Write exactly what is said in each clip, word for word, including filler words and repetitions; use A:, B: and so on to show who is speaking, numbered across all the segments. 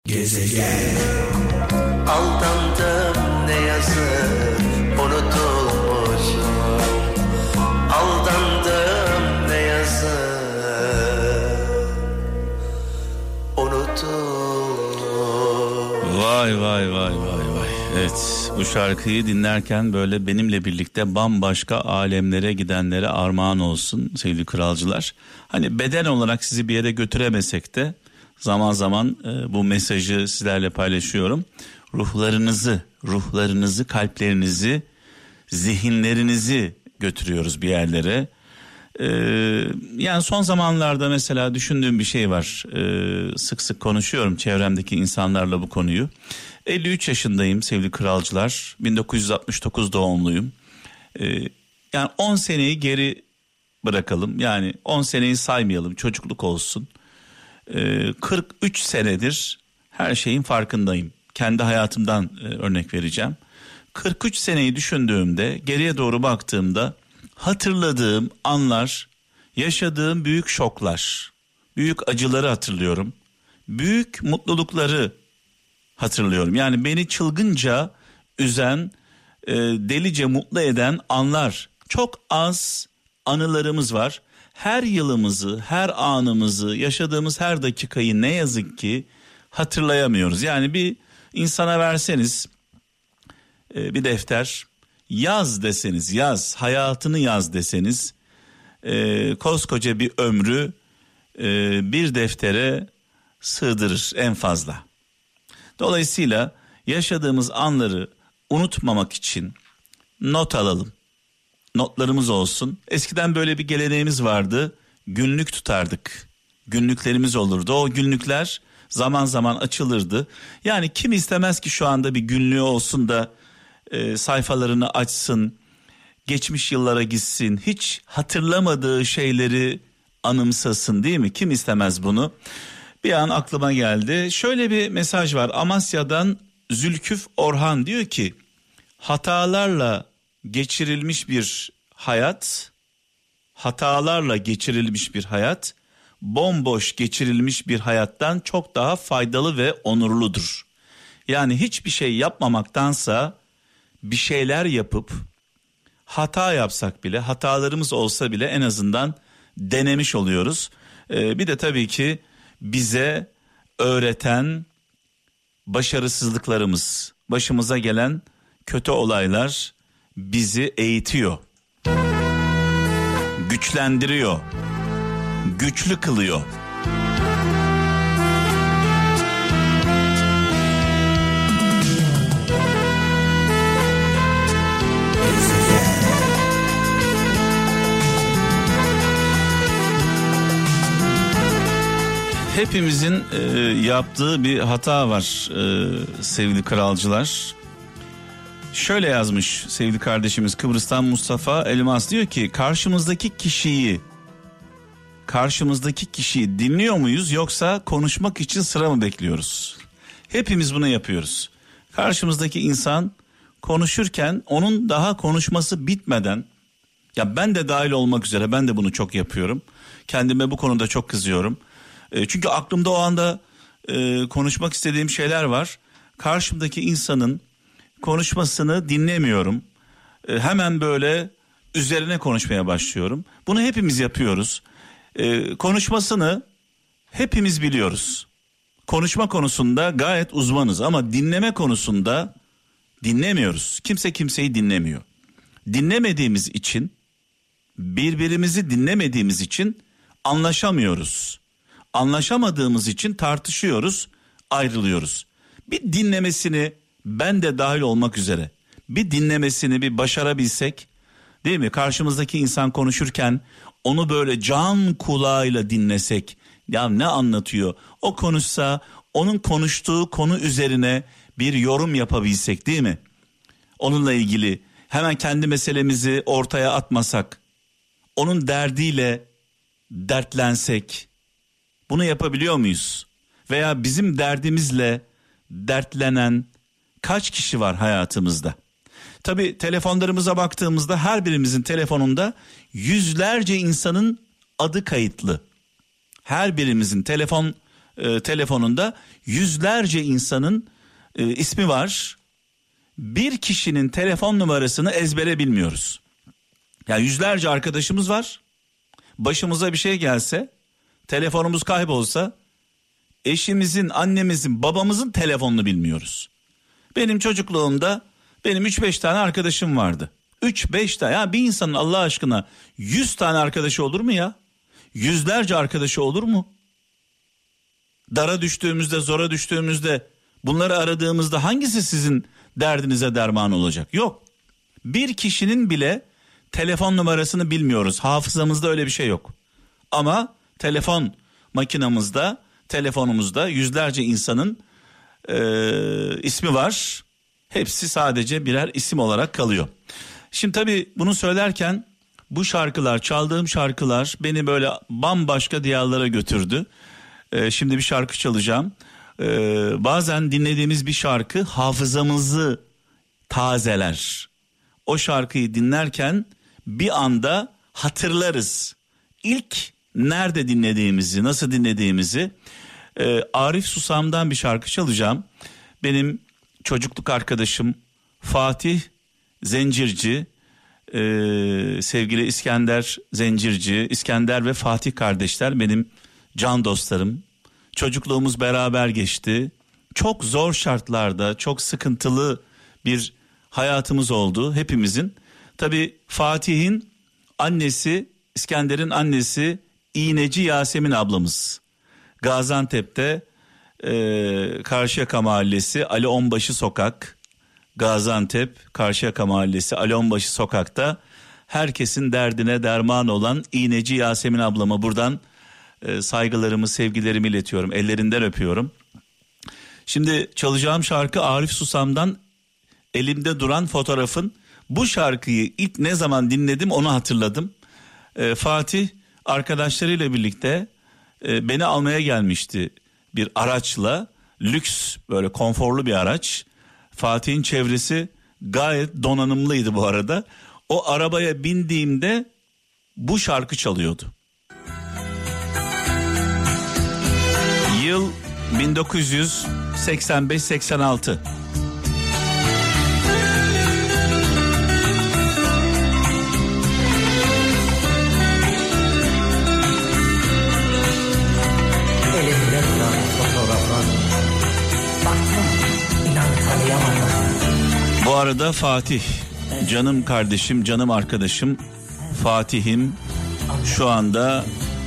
A: Gezegen.
B: Aldandım ne yazık unutulmuşum. Aldandım ne yazık unutulmuşum.
C: Vay vay vay vay vay. Evet, bu şarkıyı dinlerken böyle benimle birlikte bambaşka alemlere gidenlere armağan olsun sevgili kralcılar. Hani beden olarak sizi bir yere götüremesek de zaman zaman e, bu mesajı sizlerle paylaşıyorum. Ruhlarınızı, ruhlarınızı, kalplerinizi, zihinlerinizi götürüyoruz bir yerlere. Ee, yani son zamanlarda mesela düşündüğüm bir şey var. Ee, sık sık konuşuyorum çevremdeki insanlarla bu konuyu. elli üç yaşındayım sevgili kralcılar. bin dokuz yüz altmış dokuz doğumluyum. Ee, yani on seneyi geri bırakalım. Yani on seneyi saymayalım, çocukluk olsun. Ee, kırk üç senedir her şeyin farkındayım. Kendi hayatımdan e, örnek vereceğim. kırk üç seneyi düşündüğümde, geriye doğru baktığımda hatırladığım anlar, yaşadığım büyük şoklar, büyük acıları hatırlıyorum. Büyük mutlulukları hatırlıyorum. Yani beni çılgınca üzen, e, delice mutlu eden anlar. Çok az anılarımız var. Her yılımızı, her anımızı, yaşadığımız her dakikayı ne yazık ki hatırlayamıyoruz. Yani bir insana verseniz e, bir defter, yaz deseniz, yaz, hayatını yaz deseniz, e, koskoca bir ömrü e, bir deftere sığdırır en fazla. Dolayısıyla yaşadığımız anları unutmamak için not alalım. Notlarımız olsun. Eskiden böyle bir geleneğimiz vardı. Günlük tutardık. Günlüklerimiz olurdu. O günlükler zaman zaman açılırdı. Yani kim istemez ki şu anda bir günlüğü olsun da e, sayfalarını açsın, geçmiş yıllara gitsin, hiç hatırlamadığı şeyleri anımsasın, değil mi? Kim istemez bunu? Bir an aklıma geldi. Şöyle bir mesaj var. Amasya'dan Zülküf Orhan diyor ki, hatalarla geçirilmiş bir hayat, hatalarla geçirilmiş bir hayat, bomboş geçirilmiş bir hayattan çok daha faydalı ve onurludur. Yani hiçbir şey yapmamaktansa bir şeyler yapıp, hata yapsak bile, hatalarımız olsa bile en azından denemiş oluyoruz. Ee, bir de tabii ki bize öğreten başarısızlıklarımız, başımıza gelen kötü olaylar bizi eğitiyor, güçlendiriyor, güçlü kılıyor. Hepimizin e, yaptığı bir hata var e, sevgili kralcılar. Şöyle yazmış sevgili kardeşimiz Kıbrıs'tan Mustafa Elmas, diyor ki karşımızdaki kişiyi karşımızdaki kişiyi dinliyor muyuz yoksa konuşmak için sıra mı bekliyoruz? Hepimiz bunu yapıyoruz. Karşımızdaki insan konuşurken onun daha konuşması bitmeden, ya ben de dahil olmak üzere ben de bunu çok yapıyorum. Kendime bu konuda çok kızıyorum. E, çünkü aklımda o anda e, konuşmak istediğim şeyler var. Karşımdaki insanın konuşmasını dinlemiyorum. E, hemen böyle üzerine konuşmaya başlıyorum. Bunu hepimiz yapıyoruz. E, konuşmasını hepimiz biliyoruz. Konuşma konusunda gayet uzmanız ama dinleme konusunda dinlemiyoruz. Kimse kimseyi dinlemiyor. Dinlemediğimiz için, birbirimizi dinlemediğimiz için anlaşamıyoruz. Anlaşamadığımız için tartışıyoruz, ayrılıyoruz. Bir dinlemesini, ben de dahil olmak üzere, bir dinlemesini bir başarabilsek, değil mi? Karşımızdaki insan konuşurken onu böyle can kulağıyla dinlesek, ya ne anlatıyor? O konuşsa, onun konuştuğu konu üzerine bir yorum yapabilsek, değil mi? Onunla ilgili hemen kendi meselemizi ortaya atmasak, onun derdiyle dertlensek, bunu yapabiliyor muyuz? Veya bizim derdimizle dertlenen kaç kişi var hayatımızda? Tabii telefonlarımıza baktığımızda her birimizin telefonunda yüzlerce insanın adı kayıtlı. Her birimizin telefon e, telefonunda yüzlerce insanın e, ismi var. Bir kişinin telefon numarasını ezbere bilmiyoruz. Yani yüzlerce arkadaşımız var. Başımıza bir şey gelse, telefonumuz kaybolsa, eşimizin, annemizin, babamızın telefonunu bilmiyoruz. Benim çocukluğumda benim üç beş tane arkadaşım vardı. üç beş tane. Ya bir insanın Allah aşkına yüz tane arkadaşı olur mu ya? Yüzlerce arkadaşı olur mu? Dara düştüğümüzde, zora düştüğümüzde, bunları aradığımızda hangisi sizin derdinize derman olacak? Yok. Bir kişinin bile telefon numarasını bilmiyoruz. Hafızamızda öyle bir şey yok. Ama telefon makinamızda, telefonumuzda yüzlerce insanın e, ismi var. Hepsi sadece birer isim olarak kalıyor. Şimdi tabii bunu söylerken bu şarkılar, çaldığım şarkılar beni böyle bambaşka diyarlara götürdü. Ee, şimdi bir şarkı çalacağım. Ee, bazen dinlediğimiz bir şarkı hafızamızı tazeler. O şarkıyı dinlerken bir anda hatırlarız. İlk nerede dinlediğimizi, nasıl dinlediğimizi. Ee, Arif Susam'dan bir şarkı çalacağım. Benim çocukluk arkadaşım Fatih Zencirci, e, sevgili İskender Zencirci, İskender ve Fatih kardeşler benim can dostlarım. Çocukluğumuz beraber geçti. Çok zor şartlarda, çok sıkıntılı bir hayatımız oldu hepimizin. Tabii Fatih'in annesi, İskender'in annesi İğneci Yasemin ablamız. Gaziantep'te e, Karşıyaka Mahallesi Ali Onbaşı Sokak, Gaziantep Karşıyaka Mahallesi Ali Onbaşı Sokak'ta herkesin derdine derman olan İğneci Yasemin ablama buradan e, saygılarımı, sevgilerimi iletiyorum. Ellerinden öpüyorum. Şimdi çalacağım şarkı Arif Susam'dan elimde duran fotoğrafın. Bu şarkıyı ilk ne zaman dinledim onu hatırladım. E, Fatih arkadaşlarıyla birlikte e, beni almaya gelmişti bir araçla. Lüks, böyle konforlu bir araç. Fatih'in çevresi gayet donanımlıydı bu arada. O arabaya bindiğimde bu şarkı çalıyordu. Yıl bin dokuz yüz seksen beş seksen altı.
A: Elimde duran fotoğrafın, baktım inan tanıyamadım.
C: Bu arada Fatih, canım kardeşim, canım arkadaşım Fatih'im şu anda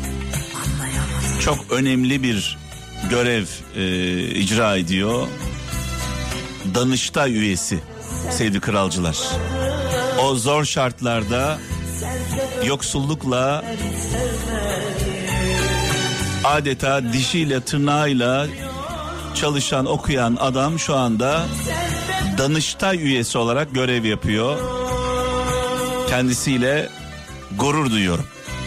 C: çok önemli bir görev e, icra ediyor. Danıştay üyesi sevgili kralcılar. O zor şartlarda yoksullukla adeta dişiyle tırnağıyla çalışan, okuyan adam şu anda Danıştay üyesi olarak görev yapıyor. Kendisiyle gurur duyuyorum.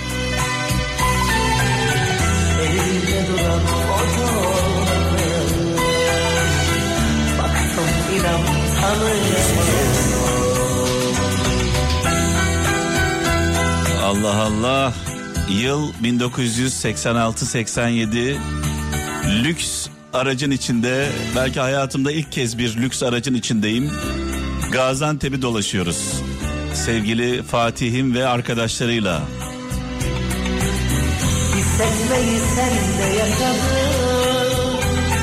A: Elimde duran fotoğrafın, baktım inan tanıyamadım.
C: Allah Allah. Yıl bin dokuz yüz seksen altı seksen yedi. Lüks aracın içinde, belki hayatımda ilk kez bir lüks aracın içindeyim. Gaziantep'i dolaşıyoruz. Sevgili Fatih'im ve arkadaşlarıyla.
A: Hissetmeyi sen de yaşadın.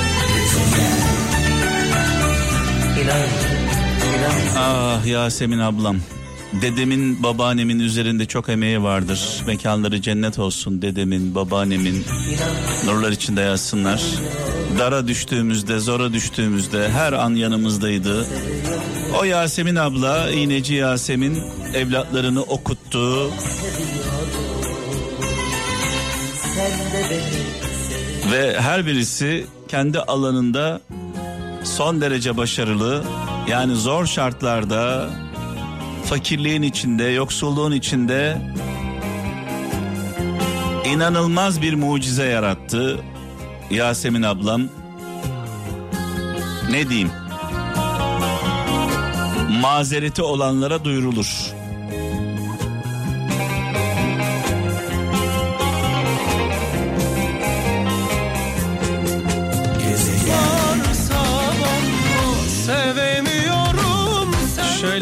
A: İnan, inan.
C: Ah Yasemin ablam. Dedemin, babaannemin üzerinde çok emeği vardır. Mekanları cennet olsun dedemin, babaannemin. Nurlar içinde yatsınlar. Dara düştüğümüzde, zora düştüğümüzde her an yanımızdaydı. O Yasemin abla, İğneci Yasemin evlatlarını okuttu. Ve her birisi kendi alanında son derece başarılı. Yani zor şartlarda, fakirliğin içinde, yoksulluğun içinde inanılmaz bir mucize yarattı Yasemin ablam. Ne diyeyim? Mazereti olanlara duyurulur.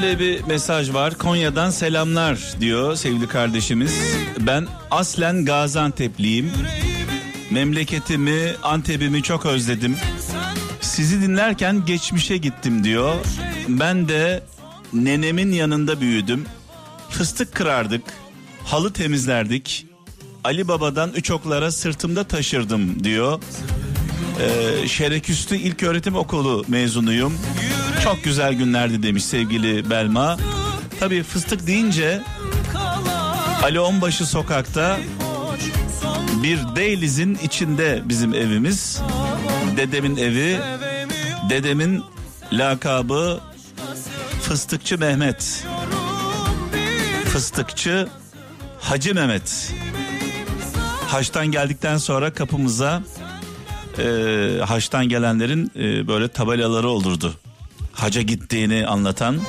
C: Şöyle bir mesaj var. Konya'dan selamlar diyor sevgili kardeşimiz. Ben aslen Gaziantep'liyim. Memleketimi, Antep'imi çok özledim. Sizi dinlerken geçmişe gittim diyor. Ben de nenemin yanında büyüdüm. Fıstık kırardık, halı temizlerdik. Ali Baba'dan üç oklara sırtımda taşırdım diyor. Ee, Şereküstü İlköğretim Okulu mezunuyum. Çok güzel günlerdi demiş sevgili Belma. Tabii fıstık deyince Ali Onbaşı sokakta bir Deyliz'in içinde bizim evimiz. Dedemin evi. Dedemin lakabı Fıstıkçı Mehmet. Fıstıkçı Hacı Mehmet. Haçtan geldikten sonra kapımıza e, haçtan gelenlerin e, böyle tabelaları olurdu. Haca gittiğini anlatan.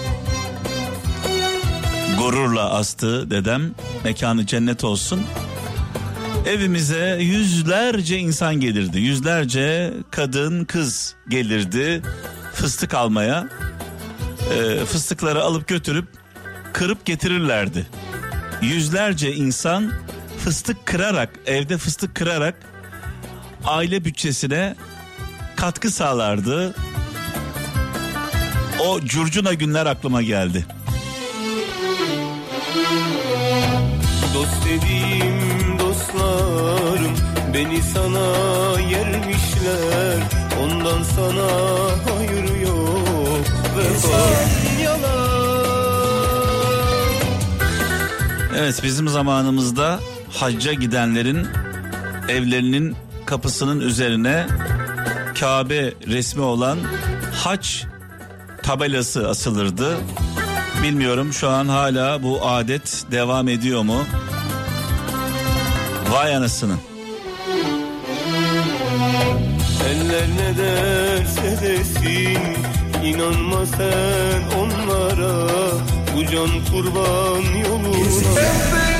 C: Gururla astı dedem. Mekanı cennet olsun. Evimize yüzlerce insan gelirdi. Yüzlerce kadın, kız gelirdi fıstık almaya. E, fıstıkları alıp götürüp kırıp getirirlerdi. Yüzlerce insan fıstık kırarak, evde fıstık kırarak aile bütçesine katkı sağlardı. O curcuna günler aklıma geldi.
D: Dost dediğim dostlarım beni sana yermişler. Ondan sana hayır yok. Vefan yalan.
C: Evet, bizim zamanımızda hacca gidenlerin evlerinin kapısının üzerine Kabe resmi olan hac tabelası asılırdı. Bilmiyorum şu an hala bu adet devam ediyor mu? Vay anasını.
D: Eller ne derse desin, inanma sen onlara, bu can kurban yoluna.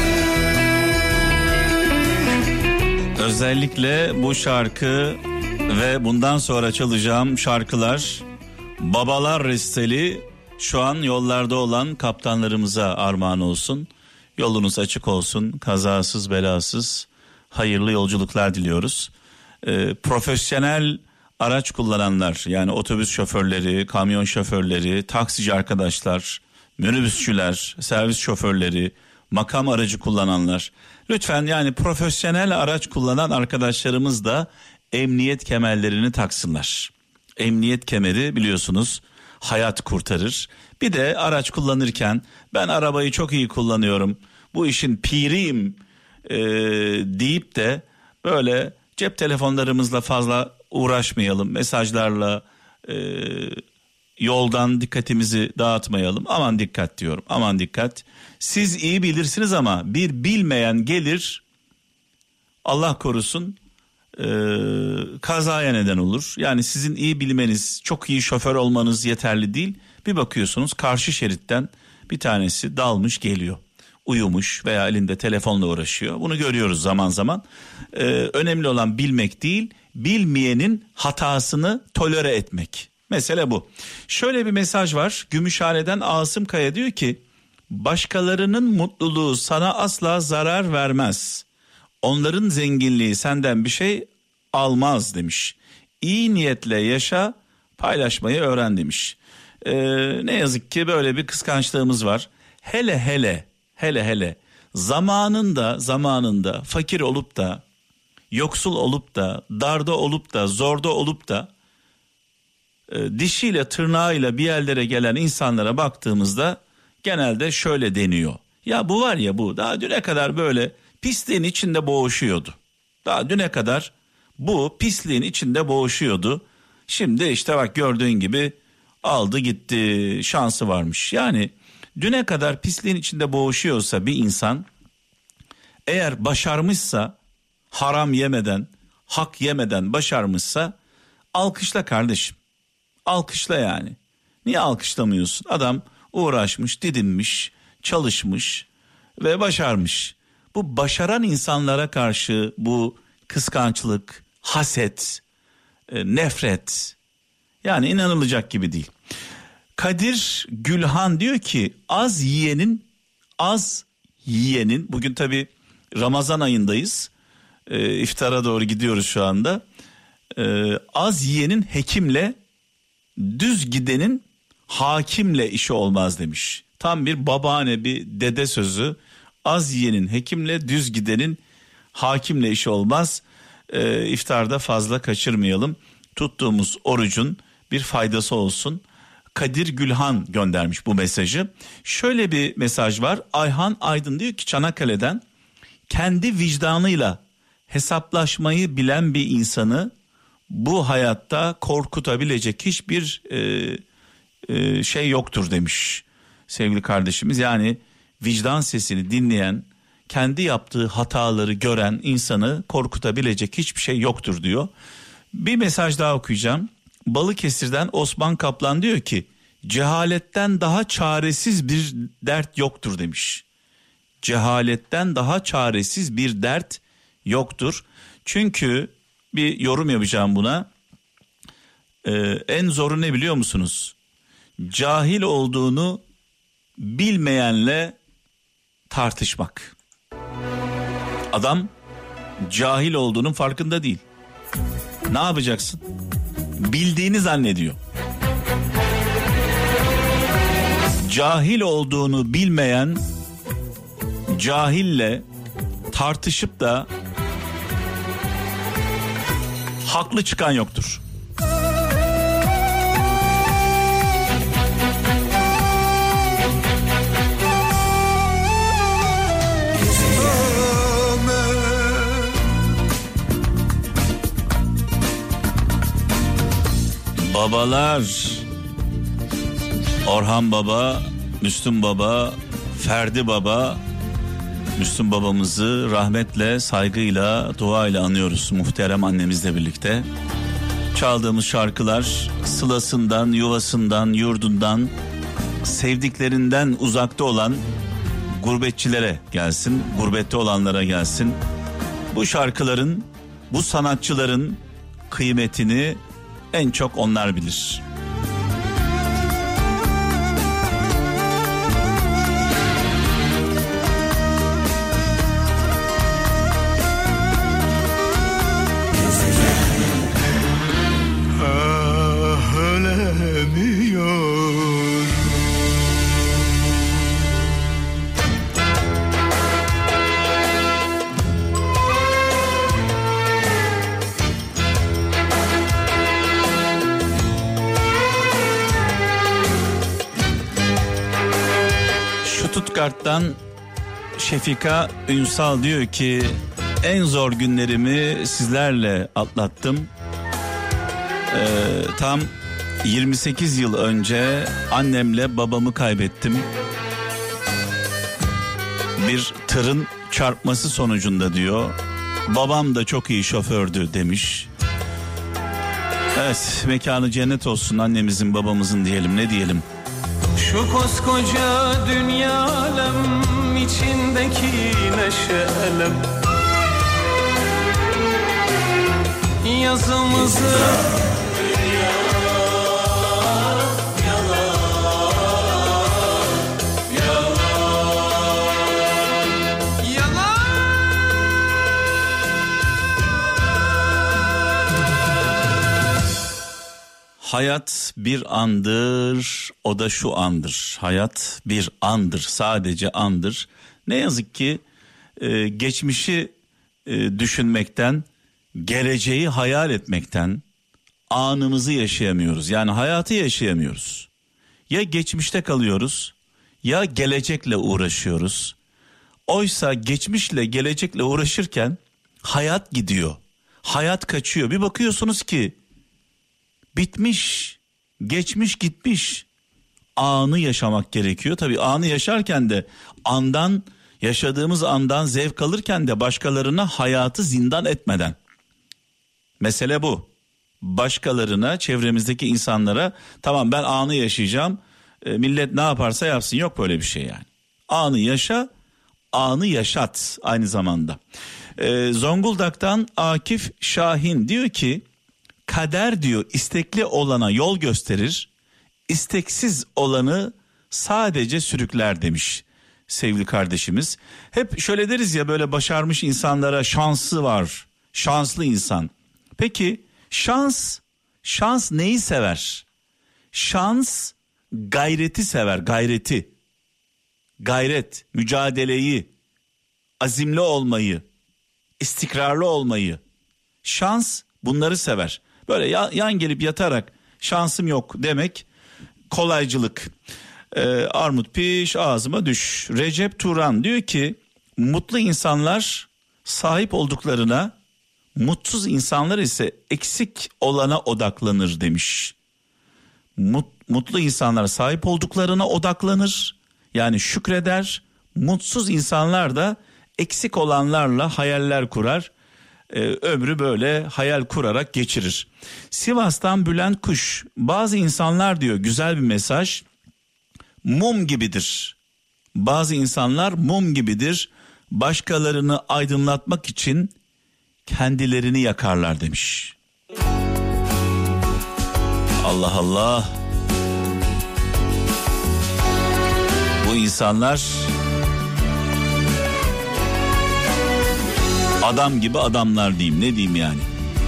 C: Özellikle bu şarkı ve bundan sonra çalacağım şarkılar Babalar Resteli şu an yollarda olan kaptanlarımıza armağan olsun. Yolunuz açık olsun, kazasız belasız hayırlı yolculuklar diliyoruz. Ee, profesyonel araç kullananlar, yani otobüs şoförleri, kamyon şoförleri, taksici arkadaşlar, minibüsçüler, servis şoförleri, makam aracı kullananlar, lütfen yani profesyonel araç kullanan arkadaşlarımız da emniyet kemerlerini taksınlar. Emniyet kemeri biliyorsunuz hayat kurtarır. Bir de araç kullanırken ben arabayı çok iyi kullanıyorum, bu işin piriyim e, deyip de böyle cep telefonlarımızla fazla uğraşmayalım. Mesajlarla e, yoldan dikkatimizi dağıtmayalım. Aman dikkat diyorum, aman dikkat. Siz iyi bilirsiniz ama bir bilmeyen gelir, Allah korusun, e, kazaya neden olur. Yani sizin iyi bilmeniz, çok iyi şoför olmanız yeterli değil. Bir bakıyorsunuz karşı şeritten bir tanesi dalmış geliyor. Uyumuş veya elinde telefonla uğraşıyor. Bunu görüyoruz zaman zaman. Ee, önemli olan bilmek değil, bilmeyenin hatasını tolere etmek. Mesele bu. Şöyle bir mesaj var. Gümüşhane'den Asım Kaya diyor ki, başkalarının mutluluğu sana asla zarar vermez. Onların zenginliği senden bir şey almaz demiş. İyi niyetle yaşa, paylaşmayı öğren demiş. Ee, ne yazık ki böyle bir kıskançlığımız var. Hele hele hele hele zamanında zamanında fakir olup da, yoksul olup da, darda olup da, zorda olup da e, dişiyle tırnağıyla bir yerlere gelen insanlara baktığımızda genelde şöyle deniyor. Ya bu var ya, bu daha düne kadar böyle pisliğin içinde boğuşuyordu. Daha düne kadar bu pisliğin içinde boğuşuyordu. Şimdi işte bak gördüğün gibi aldı gitti, şansı varmış. Yani düne kadar pisliğin içinde boğuşuyorsa bir insan, eğer başarmışsa, haram yemeden, hak yemeden başarmışsa, alkışla kardeşim. Alkışla yani. Niye alkışlamıyorsun? Adam uğraşmış, didinmiş, çalışmış ve başarmış. Bu başaran insanlara karşı bu kıskançlık, haset, nefret, yani inanılacak gibi değil. Kadir Gülhan diyor ki az yiyenin az yiyenin bugün tabii Ramazan ayındayız. E, iftara doğru gidiyoruz şu anda. E, az yiyenin hekimle, düz gidenin hakimle işi olmaz demiş. Tam bir babaanne, bir dede sözü. Az yiyenin hekimle, düz gidenin hakimle işi olmaz. E, iftarda fazla kaçırmayalım. Tuttuğumuz orucun bir faydası olsun. Kadir Gülhan göndermiş bu mesajı. Şöyle bir mesaj var. Ayhan Aydın diyor ki Çanakkale'den, kendi vicdanıyla hesaplaşmayı bilen bir insanı bu hayatta korkutabilecek hiçbir e, e, şey yoktur demiş sevgili kardeşimiz. Yani vicdan sesini dinleyen, kendi yaptığı hataları gören insanı korkutabilecek hiçbir şey yoktur diyor. Bir mesaj daha okuyacağım. Balıkesir'den Osman Kaplan diyor ki cehaletten daha çaresiz bir dert yoktur demiş. Cehaletten daha çaresiz bir dert yoktur. Çünkü bir yorum yapacağım buna. Ee, en zoru ne biliyor musunuz? Cahil olduğunu bilmeyenle tartışmak. Adam cahil olduğunun farkında değil. Ne yapacaksın? Bildiğini zannediyor. Cahil olduğunu bilmeyen cahille tartışıp da haklı çıkan yoktur. Babalar, Orhan Baba, Müslüm Baba, Ferdi Baba, Müslüm babamızı rahmetle, saygıyla, duayla anıyoruz muhterem annemizle birlikte. Çaldığımız şarkılar sılasından, yuvasından, yurdundan, sevdiklerinden uzakta olan gurbetçilere gelsin, gurbette olanlara gelsin. Bu şarkıların, bu sanatçıların kıymetini en çok onlar bilir.
D: Ah ölemiyor.
C: Stuttgart'tan Şefika Ünsal diyor ki en zor günlerimi sizlerle atlattım. Ee, tam yirmi sekiz yıl önce annemle babamı kaybettim. Bir tırın çarpması sonucunda diyor. Babam da çok iyi şofördü demiş. Evet, mekanı cennet olsun annemizin babamızın diyelim, ne diyelim.
E: Şu koskoca dünya alem içindeki neşe elem yazımızı
C: Hayat bir andır, o da şu andır. Hayat bir andır, sadece andır. Ne yazık ki e, geçmişi e, düşünmekten, geleceği hayal etmekten anımızı yaşayamıyoruz. Yani hayatı yaşayamıyoruz. Ya geçmişte kalıyoruz, ya gelecekle uğraşıyoruz. Oysa geçmişle, gelecekle uğraşırken hayat gidiyor. Hayat kaçıyor. Bir bakıyorsunuz ki bitmiş, geçmiş gitmiş. Anı yaşamak gerekiyor. Tabii anı yaşarken de andan, yaşadığımız andan zevk alırken de başkalarına hayatı zindan etmeden. Mesele bu. Başkalarına, çevremizdeki insanlara tamam ben anı yaşayacağım, e, millet ne yaparsa yapsın, yok böyle bir şey yani. Anı yaşa, anı yaşat aynı zamanda. E, Zonguldak'tan Akif Şahin diyor ki kader diyor istekli olana yol gösterir, isteksiz olanı sadece sürükler demiş sevgili kardeşimiz. Hep şöyle deriz ya, böyle başarmış insanlara şansı var, şanslı insan. Peki şans, şans neyi sever? Şans gayreti sever, gayreti. Gayret, mücadeleyi, azimli olmayı, istikrarlı olmayı. Şans bunları sever. Böyle yan gelip yatarak şansım yok demek kolaycılık. Ee, armut piş ağzıma düş. Recep Turan diyor ki mutlu insanlar sahip olduklarına, mutsuz insanlar ise eksik olana odaklanır demiş. Mut, mutlu insanlar sahip olduklarına odaklanır, yani şükreder. Mutsuz insanlar da eksik olanlarla hayaller kurar. Ee, ömrü böyle hayal kurarak geçirir. Sivas'tan Bülent Kuş, bazı insanlar diyor, güzel bir mesaj, mum gibidir. Bazı insanlar mum gibidir. Başkalarını aydınlatmak için kendilerini yakarlar demiş. Allah Allah. Bu insanlar adam gibi adamlar diyeyim, ne diyeyim yani.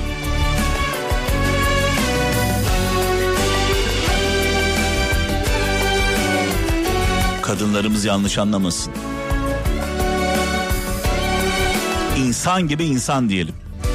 C: Kadınlarımız yanlış anlamasın. İnsan gibi insan diyelim.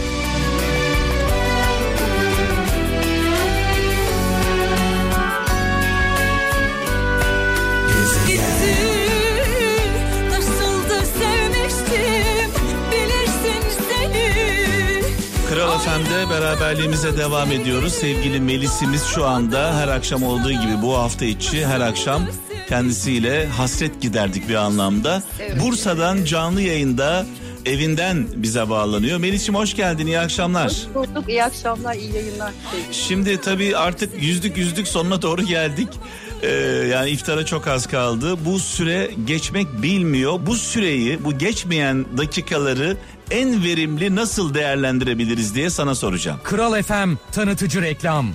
C: Kral F M'de beraberliğimize devam ediyoruz. Sevgili Melis'imiz şu anda her akşam olduğu gibi bu hafta içi her akşam kendisiyle hasret giderdik bir anlamda. Evet. Bursa'dan canlı yayında evinden bize bağlanıyor. Melis'ciğim hoş geldin, iyi akşamlar.
F: Hoş bulduk, iyi akşamlar, iyi yayınlar.
C: Şimdi tabii artık yüzdük yüzdük sonuna doğru geldik. Ee, yani iftara çok az kaldı. Bu süre geçmek bilmiyor. Bu süreyi, bu geçmeyen dakikaları en verimli nasıl değerlendirebiliriz diye sana soracağım.
G: Kral F M tanıtıcı reklam.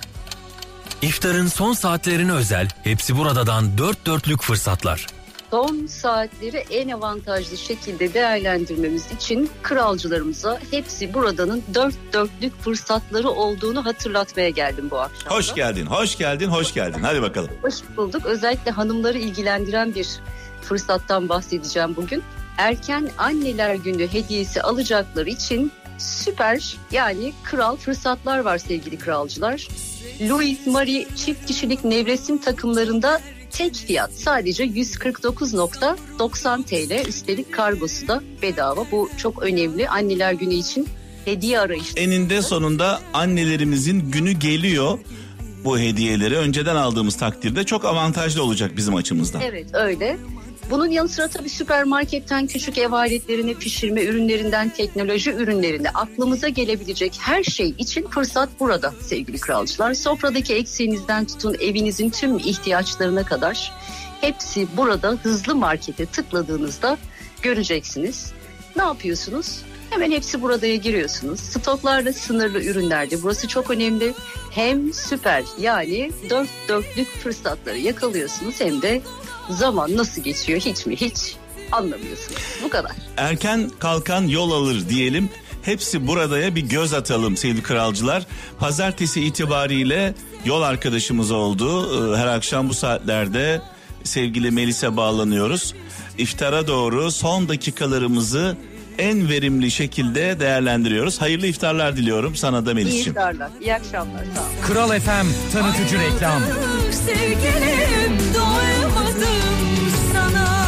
G: İftarın son saatlerine özel Hepsi Burada'dan dört dörtlük fırsatlar.
F: Son saatleri en avantajlı şekilde değerlendirmemiz için kralcılarımıza Hepsi Burada'nın dört dörtlük fırsatları olduğunu hatırlatmaya geldim bu akşam.
C: Hoş geldin, hoş geldin, hoş geldin. Hadi bakalım.
F: Hoş bulduk. Özellikle hanımları ilgilendiren bir fırsattan bahsedeceğim bugün. Erken Anneler Günü hediyesi alacakları için süper, yani kral fırsatlar var sevgili kralcılar. Louis Marie çift kişilik nevresim takımlarında tek fiyat sadece yüz kırk dokuz virgül doksan TL, üstelik kargosu da bedava. Bu çok önemli Anneler Günü için hediye arayışı.
C: Eninde sonunda annelerimizin günü geliyor. Bu hediyeleri önceden aldığımız takdirde çok avantajlı olacak bizim açımızdan.
F: Evet, öyle. Bunun yanı sıra tabii süpermarketten küçük ev aletlerine, pişirme ürünlerinden teknoloji ürünlerine, aklımıza gelebilecek her şey için fırsat burada sevgili kralcılar. Sofradaki eksiğinizden tutun evinizin tüm ihtiyaçlarına kadar hepsi burada. Hızlı markete tıkladığınızda göreceksiniz. Ne yapıyorsunuz? Hemen Hepsi Burada'ya giriyorsunuz. Stoklarla sınırlı ürünlerde, burası çok önemli. Hem süper, yani dört dörtlük fırsatları yakalıyorsunuz, hem de zaman nasıl geçiyor hiç mi hiç anlamıyorsunuz. Bu kadar.
C: Erken kalkan yol alır diyelim. Hepsi Burada'ya bir göz atalım sevgili kralcılar. Pazartesi itibariyle yol arkadaşımız oldu. Her akşam bu saatlerde sevgili Melis'e bağlanıyoruz. İftara doğru son dakikalarımızı en verimli şekilde değerlendiriyoruz. Hayırlı iftarlar diliyorum sana da Melis'ciğim.
F: İyi iftarlar, iyi akşamlar. Sağ olun.
G: Kral F M tanıtıcı reklam.
H: Sevgilim doyamadım sana.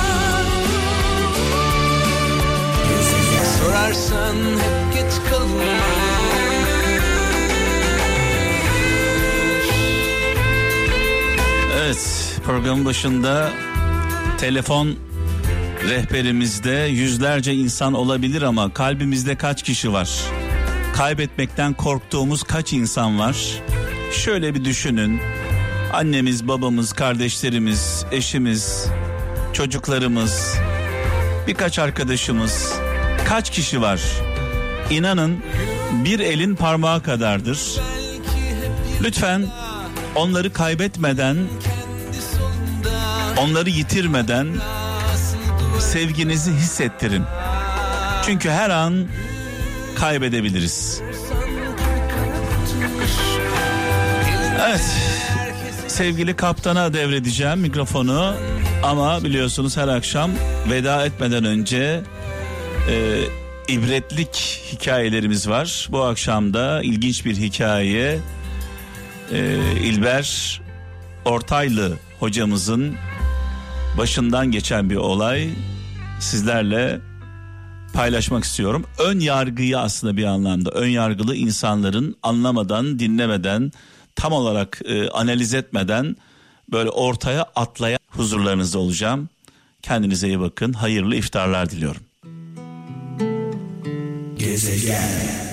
E: Sorarsan hep geç kalma.
C: Evet, programın başında telefon rehberimizde yüzlerce insan olabilir ama kalbimizde kaç kişi var? Kaybetmekten korktuğumuz kaç insan var? Şöyle bir düşünün. Annemiz, babamız, kardeşlerimiz, eşimiz, çocuklarımız, birkaç arkadaşımız, kaç kişi var? İnanın bir elin parmağı kadardır. Lütfen onları kaybetmeden, onları yitirmeden sevginizi hissettirin. Çünkü her an kaybedebiliriz. Evet, sevgili kaptana devredeceğim mikrofonu ama biliyorsunuz her akşam veda etmeden önce e, ibretlik hikayelerimiz var. Bu akşam da ilginç bir hikaye, e, İlber Ortaylı hocamızın başından geçen bir olay sizlerle paylaşmak istiyorum. Ön yargıyı aslında bir anlamda, ön yargılı insanların anlamadan, dinlemeden, tam olarak e, analiz etmeden böyle ortaya atlayan huzurlarınızda olacağım. Kendinize iyi bakın. Hayırlı iftarlar diliyorum.
I: Gezegen.